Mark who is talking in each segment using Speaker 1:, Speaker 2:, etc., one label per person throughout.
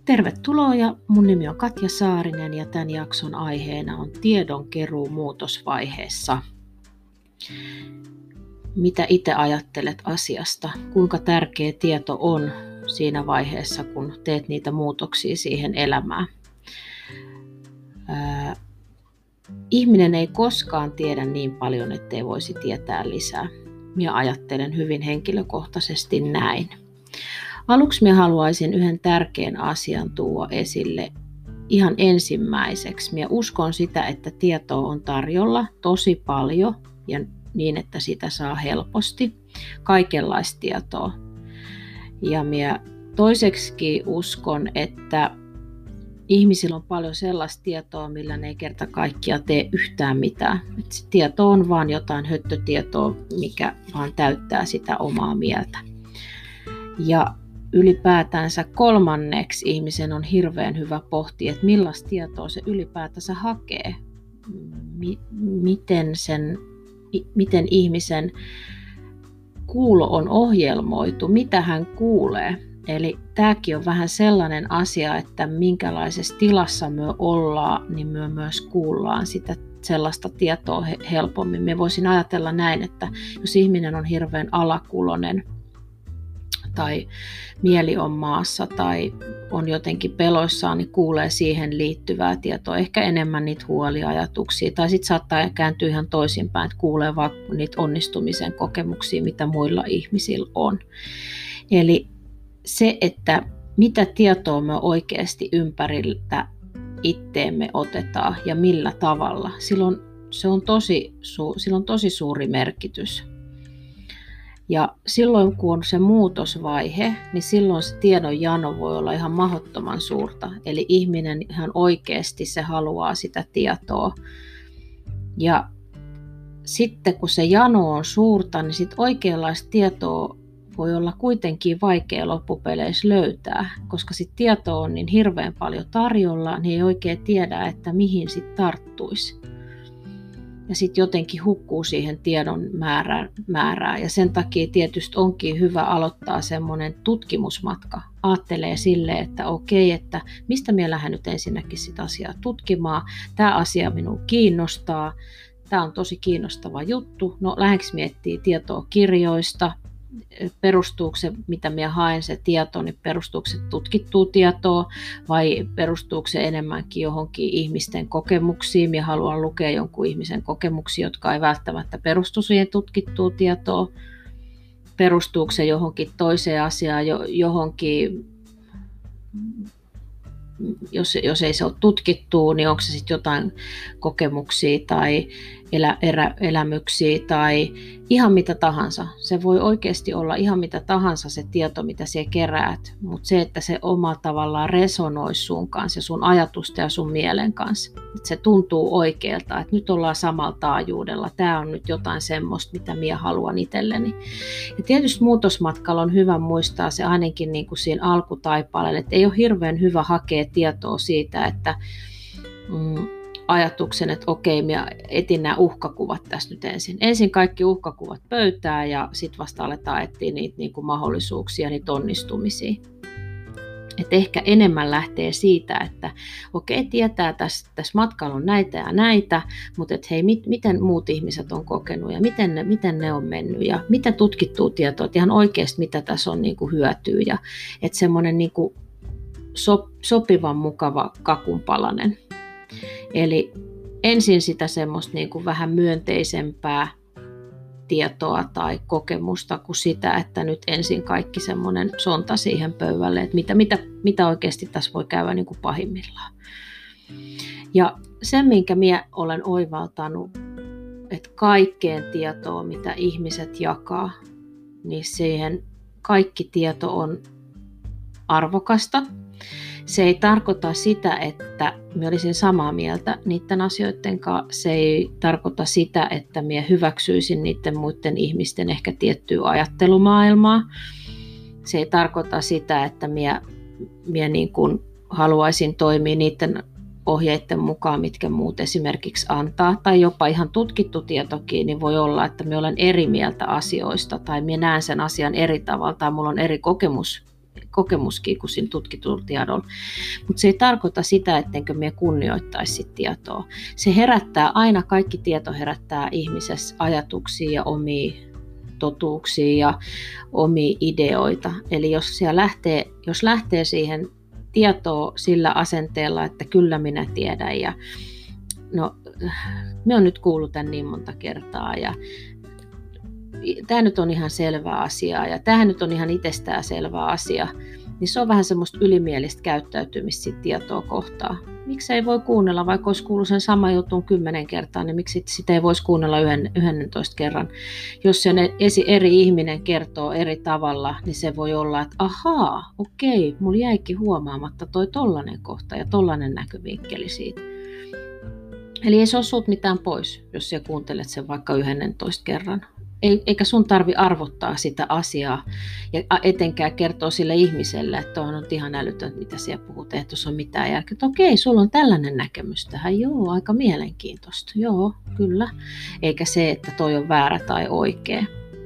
Speaker 1: Tervetuloa ja mun nimi on Katja Saarinen ja tämän jakson aiheena on tiedonkeruu muutosvaiheessa. Mitä itse ajattelet asiasta? Kuinka tärkeä tieto on siinä vaiheessa, kun teet niitä muutoksia siihen elämään? Ihminen ei koskaan tiedä niin paljon, ettei voisi tietää lisää. Minä ajattelen hyvin henkilökohtaisesti näin. Aluksi minä haluaisin yhden tärkeän asian tuoda esille ihan ensimmäiseksi. Minä uskon sitä, että tietoa on tarjolla tosi paljon ja niin, että sitä saa helposti. Kaikenlaista tietoa. Ja minä toiseksikin uskon, että ihmisillä on paljon sellaista tietoa, millä ne ei kerta kaikkiaan tee yhtään mitään. Et se tieto on vaan jotain höttötietoa, mikä vaan täyttää sitä omaa mieltä. Ja ylipäätänsä kolmanneksi ihmisen on hirveän hyvä pohtia, että millaista tietoa se ylipäätänsä hakee. Miten ihmisen kuulo on ohjelmoitu, mitä hän kuulee. Eli tämäkin on vähän sellainen asia, että minkälaisessa tilassa me ollaan, niin me myös kuullaan sitä sellaista tietoa helpommin. Me voisin ajatella näin, että jos ihminen on hirveän alakuloinen tai mieli on maassa tai on jotenkin peloissaan, niin kuulee siihen liittyvää tietoa, ehkä enemmän niitä huoliajatuksia. Tai sitten saattaa kääntyä ihan toisinpäin, että kuulee vaan niitä onnistumisen kokemuksia, mitä muilla ihmisillä on. Eli se, että mitä tietoa me oikeasti ympäriltä itteemme otetaan ja millä tavalla, sillä on tosi suuri merkitys. Ja silloin kun on se muutosvaihe, niin silloin se tiedon jano voi olla ihan mahdottoman suurta. Eli ihminen ihan oikeasti se haluaa sitä tietoa. Ja sitten kun se jano on suurta, niin sit oikeanlaista tietoa voi olla kuitenkin vaikea loppupeleissä löytää. Koska sit tietoa on niin hirveän paljon tarjolla, niin ei oikein tiedä, että mihin sit tarttuisi. Ja sitten jotenkin hukkuu siihen tiedon määrään. Ja sen takia tietysti onkin hyvä aloittaa semmoinen tutkimusmatka. Aattelee silleen, että okei, että mistä minä lähden nyt ensinnäkin sitä asiaa tutkimaan. Tämä asia minua kiinnostaa. Tämä on tosi kiinnostava juttu. No lähdenkö miettimään tietoa kirjoista? Perustuuko se, mitä minä haen se tieto, niin perustuuko se tutkittua tietoa vai perustuuko se enemmänkin johonkin ihmisten kokemuksiin. Minä haluan lukea jonkun ihmisen kokemuksia, jotka ei välttämättä perustu siihen tutkittuun tietoon. Perustuuko se johonkin toiseen asiaan, johonkin, jos ei se ole tutkittua, niin onko se sitten jotain kokemuksia tai elämyksiä tai ihan mitä tahansa. Se voi oikeasti olla ihan mitä tahansa se tieto, mitä sä keräät, mutta se, että se oma tavallaan resonoisi sun kanssa ja sun ajatusta ja sun mielen kanssa. Että se tuntuu oikealta, että nyt ollaan samalla taajuudella. Tämä on nyt jotain semmoista, mitä minä haluan itselleni. Ja tietysti muutosmatkalla on hyvä muistaa se ainakin niin kuin siinä alkutaipaleella, että ei ole hirveän hyvä hakea tietoa siitä, että ajatuksen, että okei, minä etin nämä uhkakuvat tässä nyt ensin. Ensin kaikki uhkakuvat pöytään ja sitten vasta aletaan etsiä niitä niin kuin mahdollisuuksia, niitä onnistumisia. Et ehkä enemmän lähtee siitä, että okei, tietää, tässä matkalla on näitä ja näitä, mutta et hei, miten muut ihmiset on kokenut ja miten ne on mennyt ja mitä tutkittua tietoa, että ihan oikeasti mitä tässä on niin kuin hyötyä ja että semmoinen niin kuin sopivan mukava kakunpalanen. Eli ensin sitä semmoista niin kuin vähän myönteisempää tietoa tai kokemusta kuin sitä, että nyt ensin kaikki semmoinen sonta siihen pöydälle, että mitä oikeasti tässä voi käydä niin kuin pahimmillaan. Ja sen, minkä minä olen oivaltanut, että kaikkeen tietoon, mitä ihmiset jakaa, niin siihen kaikki tieto on arvokasta. Se ei tarkoita sitä, että minä olisin samaa mieltä niiden asioiden kanssa. Se ei tarkoita sitä, että minä hyväksyisin niiden muiden ihmisten ehkä tiettyä ajattelumaailmaa. Se ei tarkoita sitä, että minä niin kuin haluaisin toimia niiden ohjeiden mukaan, mitkä muut esimerkiksi antaa. Tai jopa ihan tutkittu tietokin, niin voi olla, että minä olen eri mieltä asioista tai minä näen sen asian eri tavalla tai minulla on eri kokemus kokemuskin kuin siinä tutkitulla tiedolla. Mutta se ei tarkoita sitä, ettenkö me kunnioittaisi sit tietoa. Se herättää aina, kaikki tieto herättää ihmisessä ajatuksia ja omia totuuksia ja omia ideoita. Eli jos lähtee siihen tietoa sillä asenteella, että kyllä minä tiedän ja no, me on nyt kuullut tämän niin monta kertaa ja tämä nyt on ihan selvä asia ja tämähän nyt on ihan itsestään selvä asia, niin se on vähän semmoista ylimielistä käyttäytymistä siitä tietoa kohtaan. Miksi ei voi kuunnella, vaikka olisi kuullut sen saman jutun 10 kertaa, niin miksi sitä ei voisi kuunnella 11 kerran? Jos sen eri ihminen kertoo eri tavalla, niin se voi olla, että ahaa, okei, mulla jäikin huomaamatta toi tollainen kohta ja tollainen näkövinkkeli siitä. Eli ei se ole sulta mitään pois, jos sä kuuntelet sen vaikka 11 kerran. Eikä sun tarvi arvottaa sitä asiaa ja etenkään kertoa sille ihmiselle, että on ihan älytön, mitä siellä puhut, että tuossa on mitään järkeä. Että okei, sulla on tällainen näkemys tähän, joo, aika mielenkiintoista, joo, kyllä. Eikä se, että toi on väärä tai oikea.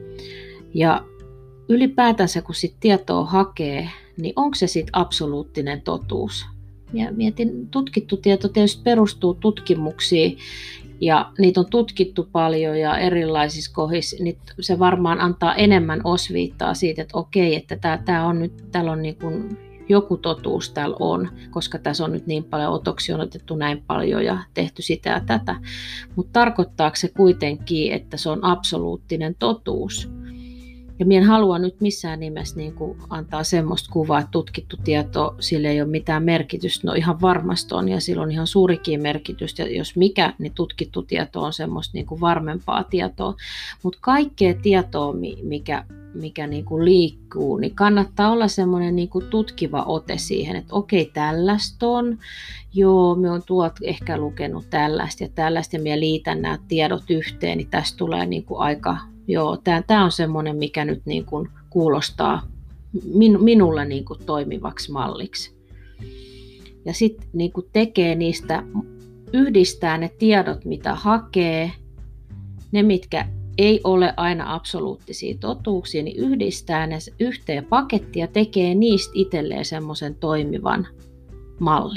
Speaker 1: Ja ylipäätänsä, kun sit tietoa hakee, niin onko se sitten absoluuttinen totuus? Ja mietin, tutkittu tieto tietysti perustuu tutkimuksiin, ja niitä on tutkittu paljon ja erilaisissa kohdissa, niin se varmaan antaa enemmän osviittaa siitä, että okei, että täällä on niin kuin joku totuus täällä on, koska tässä on nyt niin paljon otoksia, on otettu näin paljon ja tehty sitä ja tätä. Mutta tarkoittaako se kuitenkin, että se on absoluuttinen totuus? Ja minä en halua nyt missään nimessä niin kuin antaa semmoista kuvaa, että tutkittu tieto, sillä ei ole mitään merkitystä. No ihan varmasti on ja sillä on ihan suurikin merkitys. Ja jos mikä, niin tutkittu tieto on semmoista niin kuin varmempaa tietoa. Mutta kaikkea tietoa, mikä niin kuin liikkuu, niin kannattaa olla semmoinen niin kuin tutkiva ote siihen, että okei, tällaista on. Joo, me on tuolta ehkä lukenut tällaista ja minä liitän nämä tiedot yhteen, niin tästä tulee niin kuin aika... Joo, tämä on semmoinen, mikä nyt niin kuin kuulostaa minulle niin kuin toimivaksi malliksi. Ja sitten niin kuin tekee niistä, yhdistää ne tiedot, mitä hakee, ne mitkä ei ole aina absoluuttisia totuuksia, niin yhdistää ne yhteen pakettiin ja tekee niistä itselleen semmoisen toimivan mallin.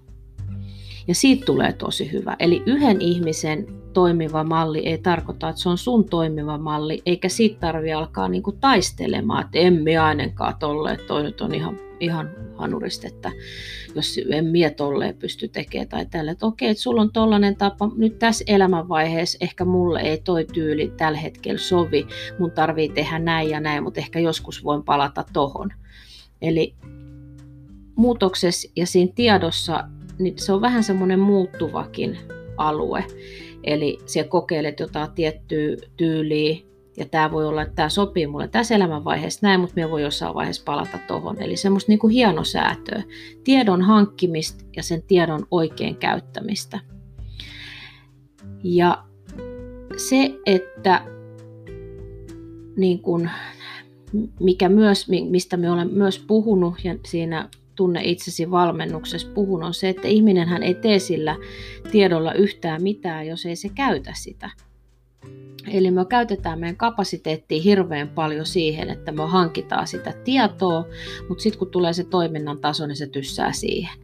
Speaker 1: Ja siitä tulee tosi hyvä. Eli yhden ihmisen toimiva malli ei tarkoita, että se on sun toimiva malli, eikä siitä tarvitse alkaa niinku taistelemaan, että en minä ainakaan tolleen, että toi nyt on ihan hanurista, että jos en minä tolleen pysty tekemään tai tällä, että okei, että sulla on tollainen tapa, nyt tässä elämänvaiheessa ehkä mulle ei toi tyyli tällä hetkellä sovi, mun tarvii tehdä näin ja näin, mutta ehkä joskus voin palata tohon. Eli muutoksessa ja siinä tiedossa niin se on vähän semmoinen muuttuvakin alue. Eli siellä kokeilet jotain tiettyä tyyliä, ja tämä voi olla, että tämä sopii mulle tässä elämänvaiheessa näin, mutta minä voi jossain vaiheessa palata tuohon. Eli semmoista niin kuin hienosäätöä, tiedon hankkimista ja sen tiedon oikein käyttämistä. Ja se, että niin kuin, mistä me olen myös puhunut ja siinä Tunne itsesi valmennuksessa puhun, on se, että ihminenhän ei tee sillä tiedolla yhtään mitään, jos ei se käytä sitä. Eli me käytetään meidän kapasiteettia hirveän paljon siihen, että me hankitaan sitä tietoa, mutta sitten kun tulee se toiminnan taso, niin se tyssää siihen.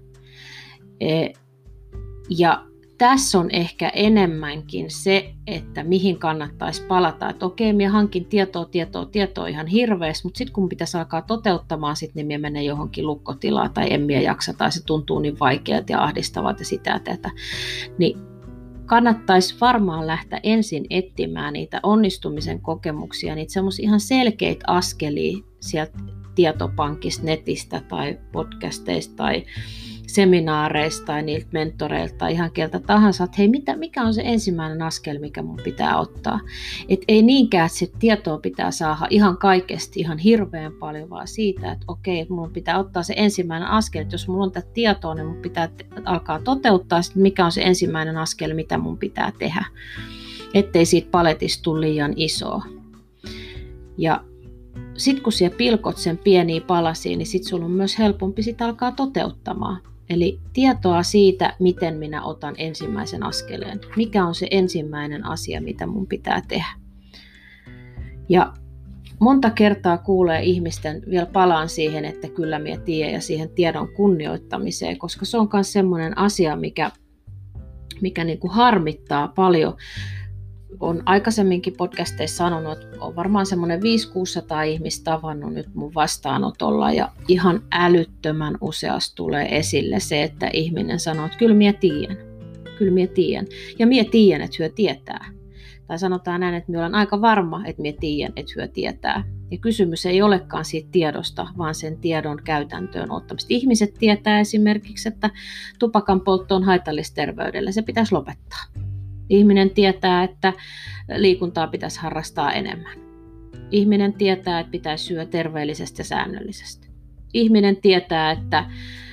Speaker 1: Ja tässä on ehkä enemmänkin se, että mihin kannattaisi palata. Että okei, minä hankin tietoa ihan hirveästi, mutta sitten kun pitäisi alkaa toteuttamaan, niin minä menen johonkin lukkotilaan tai en minä jaksa tai se tuntuu niin vaikealta ja ahdistavalta ja sitä ja tätä. Niin kannattaisi varmaan lähteä ensin etsimään niitä onnistumisen kokemuksia, niitä semmoisia ihan selkeitä askelia sieltä tietopankista, netistä tai podcasteista tai seminaareista tai niiltä mentoreilta tai ihan keltä tahansa, että hei, mikä on se ensimmäinen askel, mikä mun pitää ottaa. Et ei niinkään, että se tietoa pitää saada ihan kaikesti, ihan hirveän paljon, vaan siitä, että okei, mun pitää ottaa se ensimmäinen askel, että jos mulla on tätä tietoa, niin mun pitää alkaa toteuttaa, sitten mikä on se ensimmäinen askel, mitä mun pitää tehdä, ettei siitä paletista tule liian isoa. Ja sitten kun siellä pilkot sen pieniä palasia, niin sitten sulla on myös helpompi sit alkaa toteuttamaan. Eli tietoa siitä, miten minä otan ensimmäisen askeleen. Mikä on se ensimmäinen asia, mitä mun pitää tehdä. Ja monta kertaa kuulee ihmisten, vielä palaan siihen, että kyllä minä tiedän ja siihen tiedon kunnioittamiseen, koska se on myös semmoinen asia, mikä niin kuin harmittaa paljon. Olen aikaisemminkin podcasteissa sanonut, että olen varmaan semmoinen 500-600 ihmistä tavannut nyt mun vastaanotolla ja ihan älyttömän useasti tulee esille se, että ihminen sanoo, että kyllä minä tiedän. Ja minä tiedän, että hyö tietää. Tai sanotaan näin, että minä olen aika varma, että minä tiedän, että hyö tietää. Ja kysymys ei olekaan siitä tiedosta, vaan sen tiedon käytäntöön ottamista. Ihmiset tietää esimerkiksi, että tupakan poltto on haitallista terveydelle. Se pitäisi lopettaa. Ihminen tietää, että liikuntaa pitäisi harrastaa enemmän. Ihminen tietää, että pitäisi syödä terveellisesti ja säännöllisesti. Ihminen tietää, että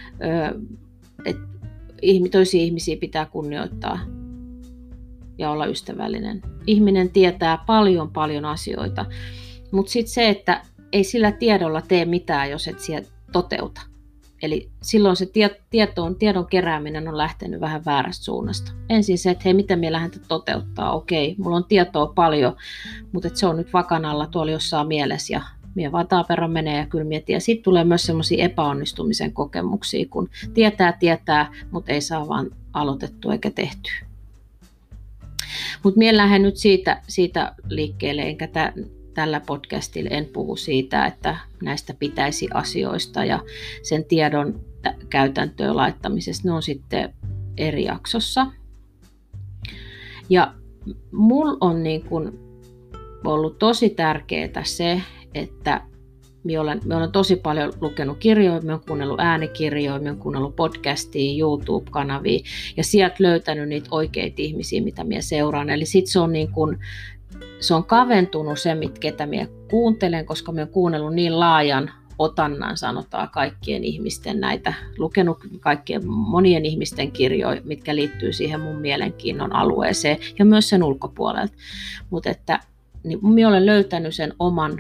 Speaker 1: toisia ihmisiä pitää kunnioittaa ja olla ystävällinen. Ihminen tietää paljon asioita, mutta sitten se, että ei sillä tiedolla tee mitään, jos et siellä toteuta. Eli silloin se tiedon kerääminen on lähtenyt vähän väärästä suunnasta. Ensin se, että hei, miten minä lähden toteuttaa. Okei, mulla on tietoa paljon, mutta se on nyt vakan alla tuolla jossain mielessä ja minä vaan taaperran menee ja kyllä minä tiedän. Sitten tulee myös sellaisia epäonnistumisen kokemuksia, kun tietää, mutta ei saa vaan aloitettua eikä tehtyä. Mutta minä lähden nyt siitä liikkeelle, enkä tällä podcastilla en puhu siitä, että näistä pitäisi asioista ja sen tiedon käytäntöön laittamisesta. Ne on sitten eri jaksossa. Ja mulla on niin kun ollut tosi tärkeää se, että minä olen tosi paljon lukenut kirjoja, minä olen kuunnellut äänikirjoja, minä olen kuunnellut podcastia, YouTube-kanavia ja sieltä löytänyt niitä oikeita ihmisiä, mitä minä seuraan. Eli sitten se on kaventunut se, ketä minä kuuntelen, koska minä olen kuunnellut niin laajan otannan, sanotaan kaikkien ihmisten näitä, lukenut kaikkien monien ihmisten kirjoja, mitkä liittyy siihen mun mielenkiinnon alueeseen ja myös sen ulkopuolelta. Mutta että niin minä olen löytänyt sen oman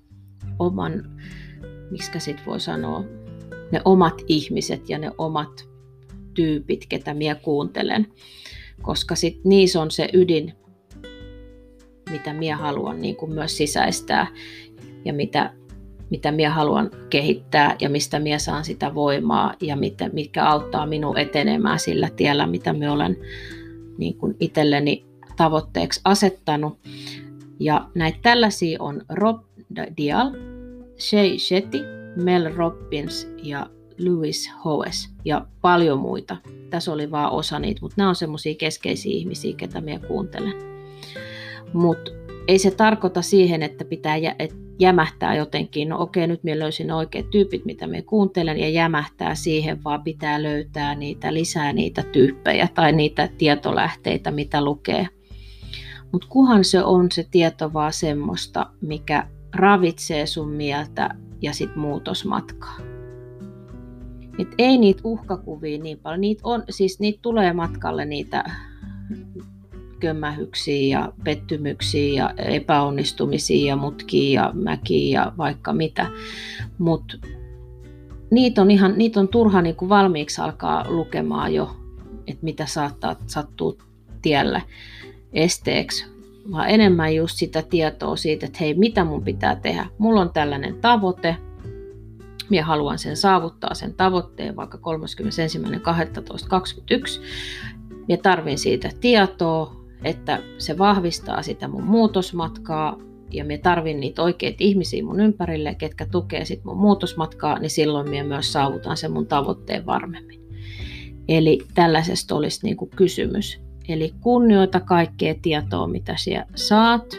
Speaker 1: miksikä sit voi sanoa, ne omat ihmiset ja ne omat tyypit, ketä minä kuuntelen, koska sit niissä on se ydin, mitä minä haluan niin kuin myös sisäistää ja mitä minä haluan kehittää ja mistä minä saan sitä voimaa ja mitkä auttaa minua etenemään sillä tiellä, mitä minä olen niin kuin itselleni tavoitteeksi asettanut. Ja näitä tällaisia on Rob Dial, Shay Shetty, Mel Robbins ja Lewis Howes ja paljon muita. Tässä oli vaan osa niitä, mutta nämä on semmoisia keskeisiä ihmisiä, ketä minä kuuntelen. Mutta ei se tarkoita siihen, että pitää jämähtää jotenkin. No okei, nyt minä löysin oikeat tyypit, mitä minä kuuntelen ja jämähtää siihen, vaan pitää löytää lisää niitä tyyppejä tai niitä tietolähteitä, mitä lukee. Mutta kunhan se on se tieto vaan semmoista, mikä ravitsee sun mieltä ja sit muutosmatkaa. Et ei niitä uhkakuvia niin paljon, niitä tulee matkalle niitä kömmähyksiä ja pettymyksiä ja epäonnistumisia ja mutkia ja mäkiä ja vaikka mitä. Mutta niitä on turha niinku valmiiksi alkaa lukemaan jo, että mitä saattaa sattua tielle esteeksi, vaan enemmän just sitä tietoa siitä, että hei, mitä mun pitää tehdä. Mulla on tällainen tavoite, minä haluan saavuttaa sen tavoitteen vaikka 31.12.21. Minä tarvin siitä tietoa, että se vahvistaa sitä mun muutosmatkaa ja minä tarvin niitä oikeita ihmisiä mun ympärille, ketkä tukee sit mun muutosmatkaa, niin silloin minä myös saavutan sen mun tavoitteen varmemmin. Eli tällaisesta olisi niinku kysymys. Eli kunnioita kaikkea tietoa, mitä siellä saat.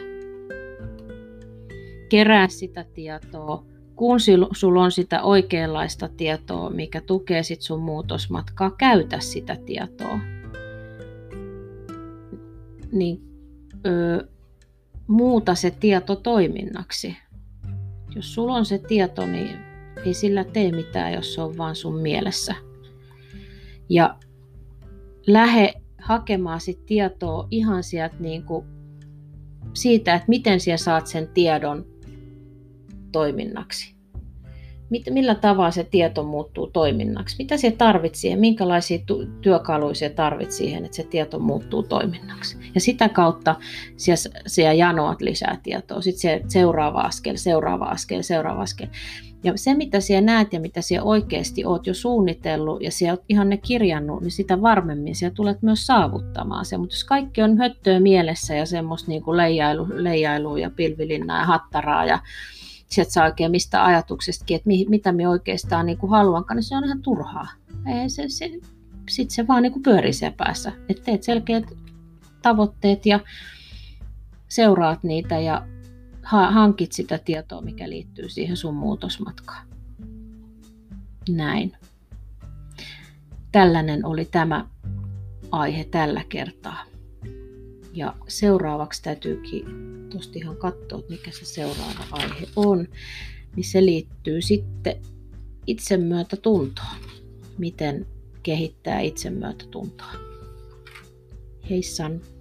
Speaker 1: Kerää sitä tietoa. Kun sulla on sitä oikeanlaista tietoa, mikä tukee sit sun muutosmatkaa, käytä sitä tietoa. Niin, muuta se tieto toiminnaksi. Jos sulla on se tieto, niin ei sillä tee mitään, jos se on vaan sun mielessä. Ja lähde hakemaan sit tietoa ihan sieltä siitä, että miten siellä saat sen tiedon toiminnaksi. millä tavalla se tieto muuttuu toiminnaksi, mitä se tarvitsee, minkälaisia työkaluja se tarvitsee siihen, että se tieto muuttuu toiminnaksi. Ja sitä kautta siellä janoat lisää tietoa, sitten se seuraava askel. Ja se, mitä siellä näet ja mitä siellä oikeasti olet jo suunnitellut ja siellä olet ihan ne kirjannut, niin sitä varmemmin siellä tulet myös saavuttamaan se. Mutta jos kaikki on höttöä mielessä ja semmoista niin kuin leijailua ja pilvilinnaa ja hattaraa ja sieltä saa oikein mistä ajatuksestakin, että mitä minä oikeastaan niin kuin haluankaan, niin se on ihan turhaa. Sitten se vaan niin kuin pyörii siellä päässä. Että teet selkeät tavoitteet ja seuraat niitä ja hankit sitä tietoa, mikä liittyy siihen sun muutosmatkaan. Näin. Tällainen oli tämä aihe tällä kertaa. Ja seuraavaksi täytyykin tuosta ihan katsoa, että mikä se seuraava aihe on. Niin se liittyy sitten itsemyötätuntoon. Miten kehittää itsemyötätuntoa. Heissan!